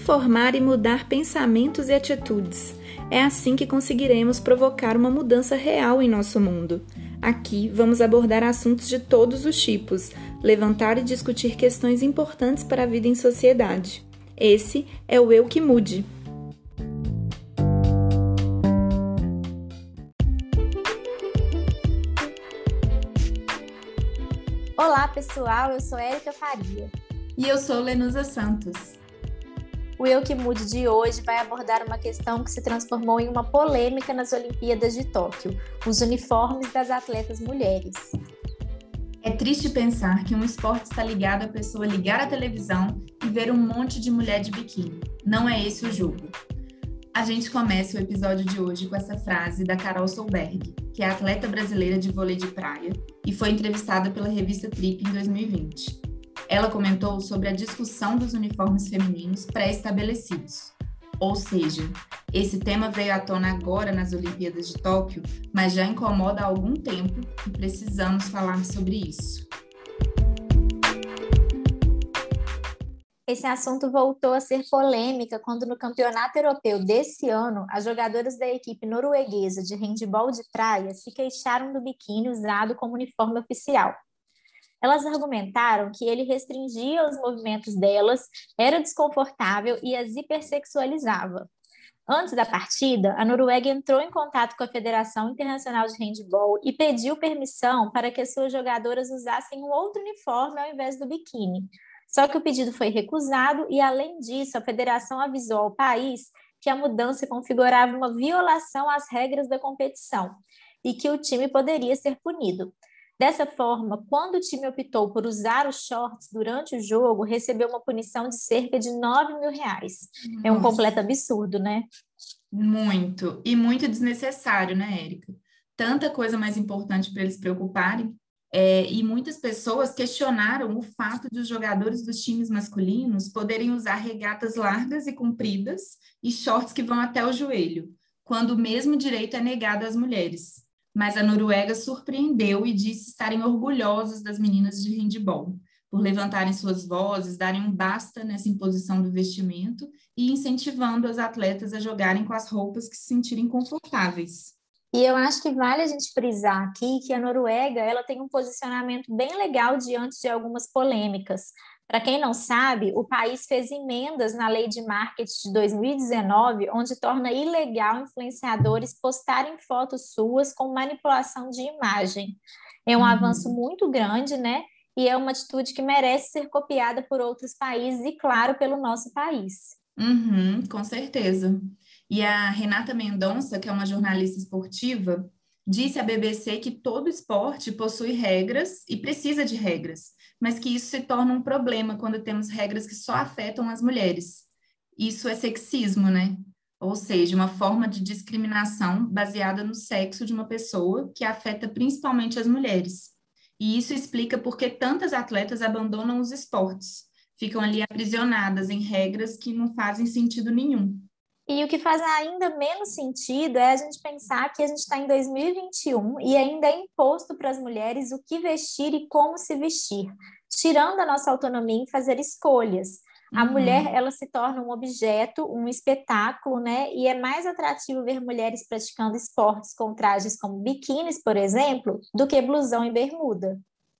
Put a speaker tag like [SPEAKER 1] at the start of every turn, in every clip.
[SPEAKER 1] informar e mudar pensamentos e atitudes. É assim que conseguiremos provocar uma mudança real em nosso mundo. Aqui vamos abordar assuntos de todos os tipos, levantar e discutir questões importantes para a vida em sociedade. Esse é o Eu Que Mude.
[SPEAKER 2] Olá pessoal, eu sou Érica Faria.
[SPEAKER 3] E eu sou Lenusa Santos.
[SPEAKER 2] O Eu Que Mude de hoje vai abordar uma questão que se transformou em uma polêmica nas Olimpíadas de Tóquio: os uniformes das atletas mulheres.
[SPEAKER 3] É triste pensar que um esporte está ligado à pessoa ligar a televisão e ver um monte de mulher de biquíni. Não é esse o jogo. A gente começa o episódio de hoje com essa frase da Carol Solberg, que é atleta brasileira de vôlei de praia e foi entrevistada pela revista Trip em 2020. Ela comentou sobre a discussão dos uniformes femininos pré-estabelecidos. Ou seja, esse tema veio à tona agora nas Olimpíadas de Tóquio, mas já incomoda há algum tempo e precisamos falar sobre isso.
[SPEAKER 2] Esse assunto voltou a ser polêmica quando, no Campeonato Europeu desse ano, as jogadoras da equipe norueguesa de handebol de praia se queixaram do biquíni usado como uniforme oficial. Elas argumentaram que ele restringia os movimentos delas, era desconfortável e as hipersexualizava. Antes da partida, a Noruega entrou em contato com a Federação Internacional de Handebol e pediu permissão para que as suas jogadoras usassem um outro uniforme ao invés do biquíni. Só que o pedido foi recusado e, além disso, a federação avisou ao país que a mudança configurava uma violação às regras da competição e que o time poderia ser punido. Dessa forma, quando o time optou por usar os shorts durante o jogo, recebeu uma punição de cerca de R$9 mil. É um completo absurdo, né?
[SPEAKER 3] Muito. E muito desnecessário, né, Érica? Tanta coisa mais importante para eles se preocuparem. E muitas pessoas questionaram o fato de os jogadores dos times masculinos poderem usar regatas largas e compridas e shorts que vão até o joelho, quando o mesmo direito é negado às mulheres. Mas a Noruega surpreendeu e disse estarem orgulhosos das meninas de handebol, por levantarem suas vozes, darem um basta nessa imposição do vestimento e incentivando as atletas a jogarem com as roupas que se sentirem confortáveis.
[SPEAKER 2] E eu acho que vale a gente frisar aqui que a Noruega ela tem um posicionamento bem legal diante de algumas polêmicas. Para quem não sabe, o país fez emendas na Lei de Marketing de 2019, onde torna ilegal influenciadores postarem fotos suas com manipulação de imagem. É um avanço muito grande, né? E é uma atitude que merece ser copiada por outros países e, claro, pelo nosso país.
[SPEAKER 3] Com certeza. E a Renata Mendonça, que é uma jornalista esportiva, disse à BBC que todo esporte possui regras e precisa de regras, mas que isso se torna um problema quando temos regras que só afetam as mulheres. Isso é sexismo, né? Ou seja, uma forma de discriminação baseada no sexo de uma pessoa que afeta principalmente as mulheres. E isso explica por que tantas atletas abandonam os esportes, ficam ali aprisionadas em regras que não fazem sentido nenhum.
[SPEAKER 2] E o que faz ainda menos sentido é a gente pensar que a gente está em 2021 e ainda é imposto para as mulheres o que vestir e como se vestir, tirando a nossa autonomia em fazer escolhas. A mulher, ela se torna um objeto, um espetáculo, né? E é mais atrativo ver mulheres praticando esportes com trajes como biquínis, por exemplo, do que blusão e bermuda.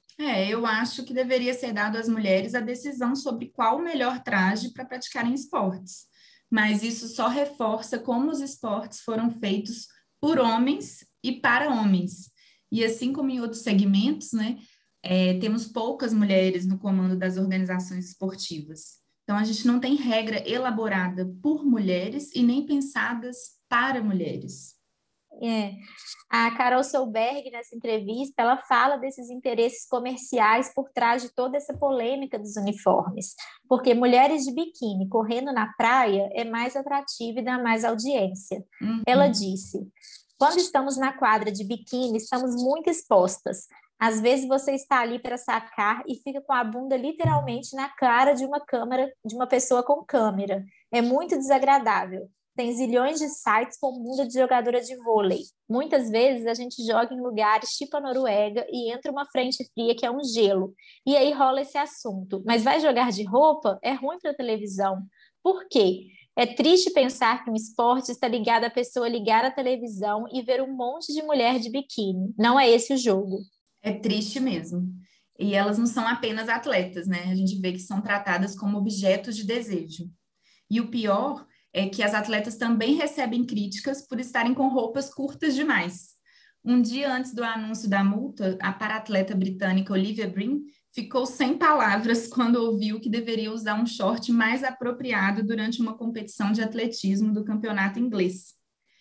[SPEAKER 3] Eu acho que deveria ser dado às mulheres a decisão sobre qual o melhor traje para praticarem esportes. Mas isso só reforça como os esportes foram feitos por homens e para homens. E assim como em outros segmentos, né, temos poucas mulheres no comando das organizações esportivas. Então, a gente não tem regra elaborada por mulheres e nem pensadas para mulheres.
[SPEAKER 2] A Carol Solberg, nessa entrevista, ela fala desses interesses comerciais por trás de toda essa polêmica dos uniformes, porque mulheres de biquíni correndo na praia é mais atrativo e dá mais audiência. Ela disse: quando estamos na quadra de biquíni, estamos muito expostas. Às vezes você está ali para sacar e fica com a bunda literalmente na cara de uma câmera, de uma pessoa com câmera. É muito desagradável. Tem zilhões de sites com bunda de jogadora de vôlei. Muitas vezes a gente joga em lugares tipo a Noruega e entra uma frente fria que é um gelo. E aí rola esse assunto. Mas vai jogar de roupa? É ruim para a televisão. Por quê? É triste pensar que um esporte está ligado à pessoa ligar a televisão e ver um monte de mulher de biquíni. Não é esse o jogo.
[SPEAKER 3] É triste mesmo. E elas não são apenas atletas, né? A gente vê que são tratadas como objetos de desejo. E o pior é que as atletas também recebem críticas por estarem com roupas curtas demais. Um dia antes do anúncio da multa, a paratleta britânica Olivia Breen ficou sem palavras quando ouviu que deveria usar um short mais apropriado durante uma competição de atletismo do campeonato inglês.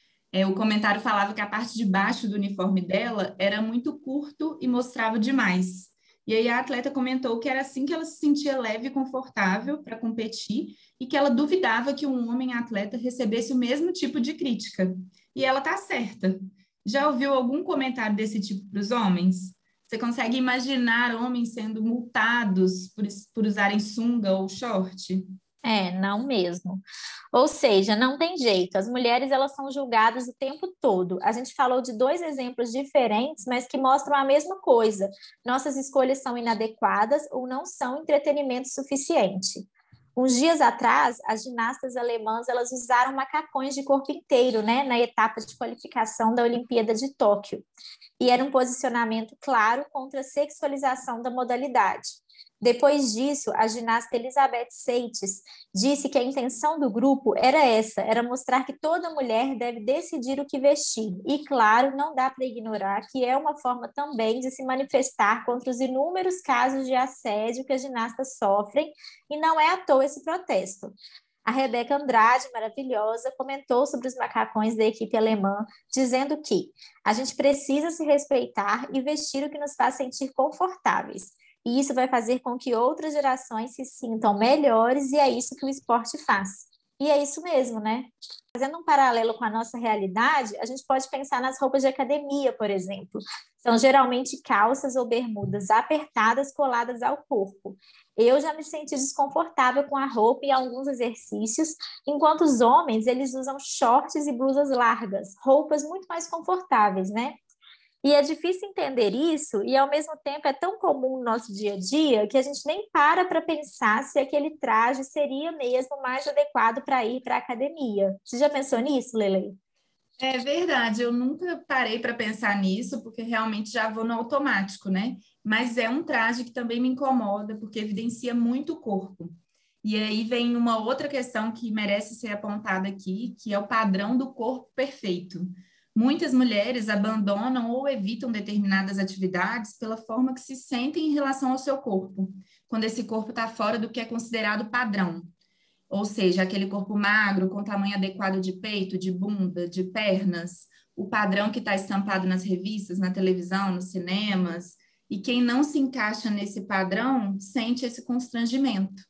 [SPEAKER 3] O comentário falava que a parte de baixo do uniforme dela era muito curto e mostrava demais. E aí a atleta comentou que era assim que ela se sentia leve e confortável para competir e que ela duvidava que um homem atleta recebesse o mesmo tipo de crítica. E ela está certa. Já ouviu algum comentário desse tipo para os homens? Você consegue imaginar homens sendo multados por usarem sunga ou short?
[SPEAKER 2] Não mesmo. Ou seja, não tem jeito. As mulheres elas são julgadas o tempo todo. A gente falou de dois exemplos diferentes, mas que mostram a mesma coisa. Nossas escolhas são inadequadas ou não são entretenimento suficiente. Uns dias atrás, as ginastas alemãs elas usaram macacões de corpo inteiro, né, na etapa de qualificação da Olimpíada de Tóquio. E era um posicionamento claro contra a sexualização da modalidade. Depois disso, a ginasta Elizabeth Seites disse que a intenção do grupo era essa, era mostrar que toda mulher deve decidir o que vestir. E, claro, não dá para ignorar que é uma forma também de se manifestar contra os inúmeros casos de assédio que as ginastas sofrem, e não é à toa esse protesto. A Rebeca Andrade, maravilhosa, comentou sobre os macacões da equipe alemã, dizendo que a gente precisa se respeitar e vestir o que nos faz sentir confortáveis. E isso vai fazer com que outras gerações se sintam melhores, e é isso que o esporte faz. E é isso mesmo, né? Fazendo um paralelo com a nossa realidade, a gente pode pensar nas roupas de academia, por exemplo. São geralmente calças ou bermudas apertadas coladas ao corpo. Eu já me senti desconfortável com a roupa em alguns exercícios, enquanto os homens, eles usam shorts e blusas largas, roupas muito mais confortáveis, né? E é difícil entender isso, e ao mesmo tempo é tão comum no nosso dia a dia que a gente nem para pensar se aquele traje seria mesmo mais adequado para ir para a academia. Você já pensou nisso, Lele?
[SPEAKER 3] É verdade, eu nunca parei para pensar nisso, porque realmente já vou no automático, né? Mas é um traje que também me incomoda, porque evidencia muito o corpo. E aí vem uma outra questão que merece ser apontada aqui, que é o padrão do corpo perfeito. Muitas mulheres abandonam ou evitam determinadas atividades pela forma que se sentem em relação ao seu corpo, quando esse corpo está fora do que é considerado padrão. Ou seja, aquele corpo magro, com tamanho adequado de peito, de bunda, de pernas, o padrão que está estampado nas revistas, na televisão, nos cinemas. E quem não se encaixa nesse padrão sente esse constrangimento.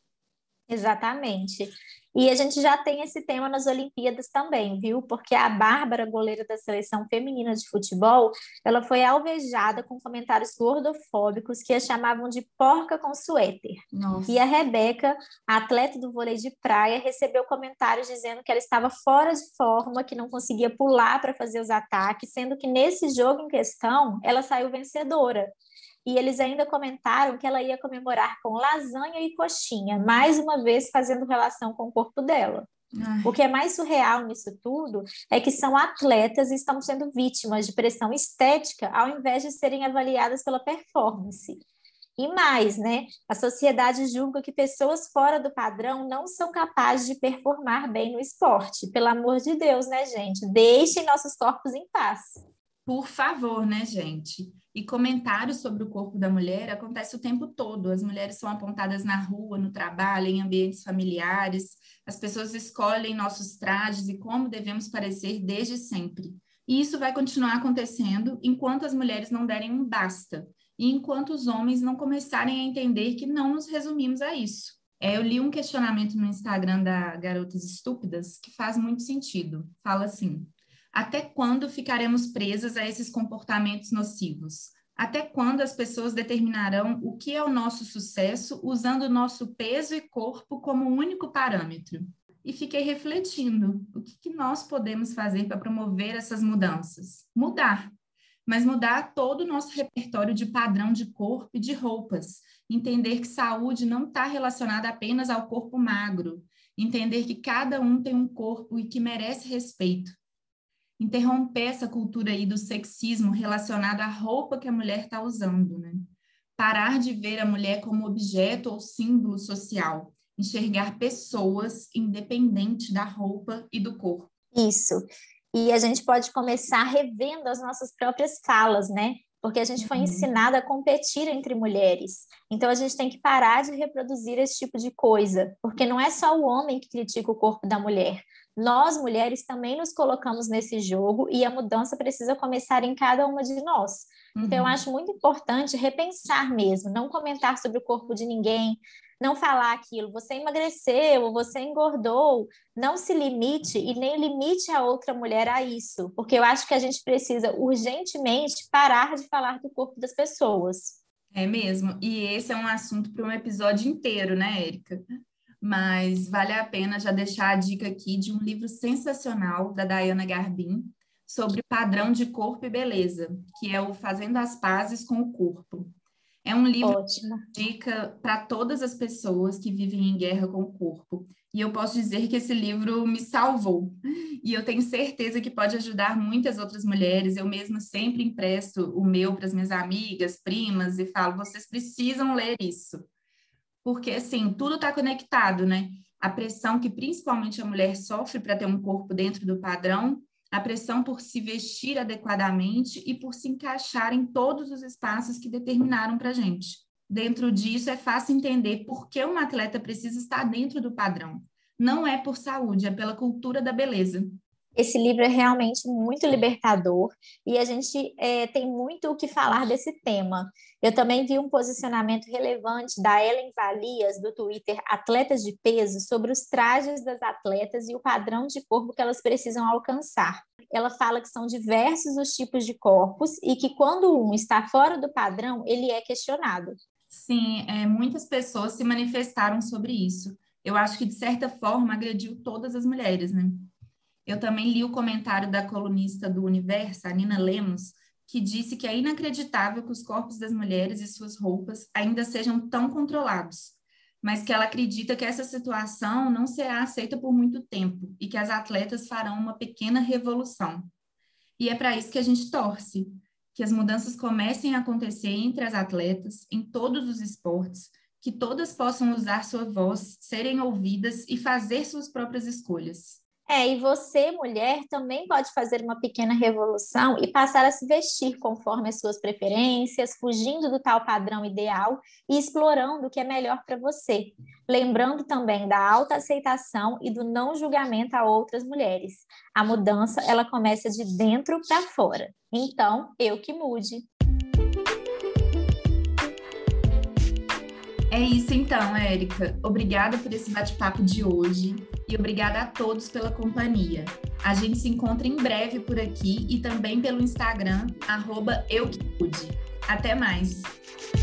[SPEAKER 2] Exatamente. E a gente já tem esse tema nas Olimpíadas também, viu? Porque a Bárbara, goleira da seleção feminina de futebol, ela foi alvejada com comentários gordofóbicos que a chamavam de porca com suéter.
[SPEAKER 3] Nossa.
[SPEAKER 2] E a Rebeca, a atleta do vôlei de praia, recebeu comentários dizendo que ela estava fora de forma, que não conseguia pular para fazer os ataques, sendo que nesse jogo em questão, ela saiu vencedora. E eles ainda comentaram que ela ia comemorar com lasanha e coxinha, mais uma vez fazendo relação com o corpo dela.
[SPEAKER 3] Ai.
[SPEAKER 2] O que é mais surreal nisso tudo é que são atletas e estão sendo vítimas de pressão estética ao invés de serem avaliadas pela performance. E mais, né? A sociedade julga que pessoas fora do padrão não são capazes de performar bem no esporte. Pelo amor de Deus, né, gente? Deixem nossos corpos em paz.
[SPEAKER 3] Por favor, né, gente? E comentários sobre o corpo da mulher acontece o tempo todo. As mulheres são apontadas na rua, no trabalho, em ambientes familiares. As pessoas escolhem nossos trajes e como devemos parecer desde sempre. E isso vai continuar acontecendo enquanto as mulheres não derem um basta e enquanto os homens não começarem a entender que não nos resumimos a isso. Eu li um questionamento no Instagram da Garotas Estúpidas que faz muito sentido. Fala assim: até quando ficaremos presas a esses comportamentos nocivos? Até quando as pessoas determinarão o que é o nosso sucesso usando o nosso peso e corpo como único parâmetro? E fiquei refletindo, o que nós podemos fazer para promover essas mudanças? Mudar, mas mudar todo o nosso repertório de padrão de corpo e de roupas. Entender que saúde não está relacionada apenas ao corpo magro, entender que cada um tem um corpo e que merece respeito. Interromper essa cultura aí do sexismo relacionado à roupa que a mulher está usando, né? Parar de ver a mulher como objeto ou símbolo social, enxergar pessoas independente da roupa e do corpo.
[SPEAKER 2] Isso. E a gente pode começar revendo as nossas próprias falas, né? Porque a gente foi ensinada a competir entre mulheres. Então, a gente tem que parar de reproduzir esse tipo de coisa, porque não é só o homem que critica o corpo da mulher. Nós, mulheres, também nos colocamos nesse jogo e a mudança precisa começar em cada uma de nós. Então, eu acho muito importante repensar mesmo, não comentar sobre o corpo de ninguém, não falar aquilo, você emagreceu, você engordou, não se limite e nem limite a outra mulher a isso, porque eu acho que a gente precisa urgentemente parar de falar do corpo das pessoas.
[SPEAKER 3] É mesmo, e esse é um assunto para um episódio inteiro, né, Érica? Mas vale a pena já deixar a dica aqui de um livro sensacional da Diana Garbin sobre padrão de corpo e beleza, que é o Fazendo as Pazes com o Corpo. É um livro
[SPEAKER 2] Ótimo.
[SPEAKER 3] que dica para todas as pessoas que vivem em guerra com o corpo. E eu posso dizer que esse livro me salvou. E eu tenho certeza que pode ajudar muitas outras mulheres. Eu mesma sempre empresto o meu para as minhas amigas, primas, e falo, vocês precisam ler isso. Porque, assim, tudo está conectado, né? A pressão que principalmente a mulher sofre para ter um corpo dentro do padrão, a pressão por se vestir adequadamente e por se encaixar em todos os espaços que determinaram para a gente. Dentro disso, é fácil entender por que uma atleta precisa estar dentro do padrão. Não é por saúde, é pela cultura da beleza.
[SPEAKER 2] Esse livro é realmente muito libertador e a gente tem muito o que falar desse tema. Eu também vi um posicionamento relevante da Ellen Valias, do Twitter Atletas de Peso, sobre os trajes das atletas e o padrão de corpo que elas precisam alcançar. Ela fala que são diversos os tipos de corpos e que quando um está fora do padrão, ele é questionado.
[SPEAKER 3] Sim, muitas pessoas se manifestaram sobre isso. Eu acho que, de certa forma, agrediu todas as mulheres, né? Eu também li o comentário da colunista do Universo, a Nina Lemos, que disse que é inacreditável que os corpos das mulheres e suas roupas ainda sejam tão controlados, mas que ela acredita que essa situação não será aceita por muito tempo e que as atletas farão uma pequena revolução. E é para isso que a gente torce, que as mudanças comecem a acontecer entre as atletas, em todos os esportes, que todas possam usar sua voz, serem ouvidas e fazer suas próprias escolhas.
[SPEAKER 2] E você, mulher, também pode fazer uma pequena revolução e passar a se vestir conforme as suas preferências, fugindo do tal padrão ideal e explorando o que é melhor para você. Lembrando também da autoaceitação e do não julgamento a outras mulheres. A mudança, ela começa de dentro para fora. Então, eu que mude.
[SPEAKER 3] É isso então, Érica. Obrigada por esse bate-papo de hoje e obrigada a todos pela companhia. A gente se encontra em breve por aqui e também pelo Instagram, @euquemude. Até mais!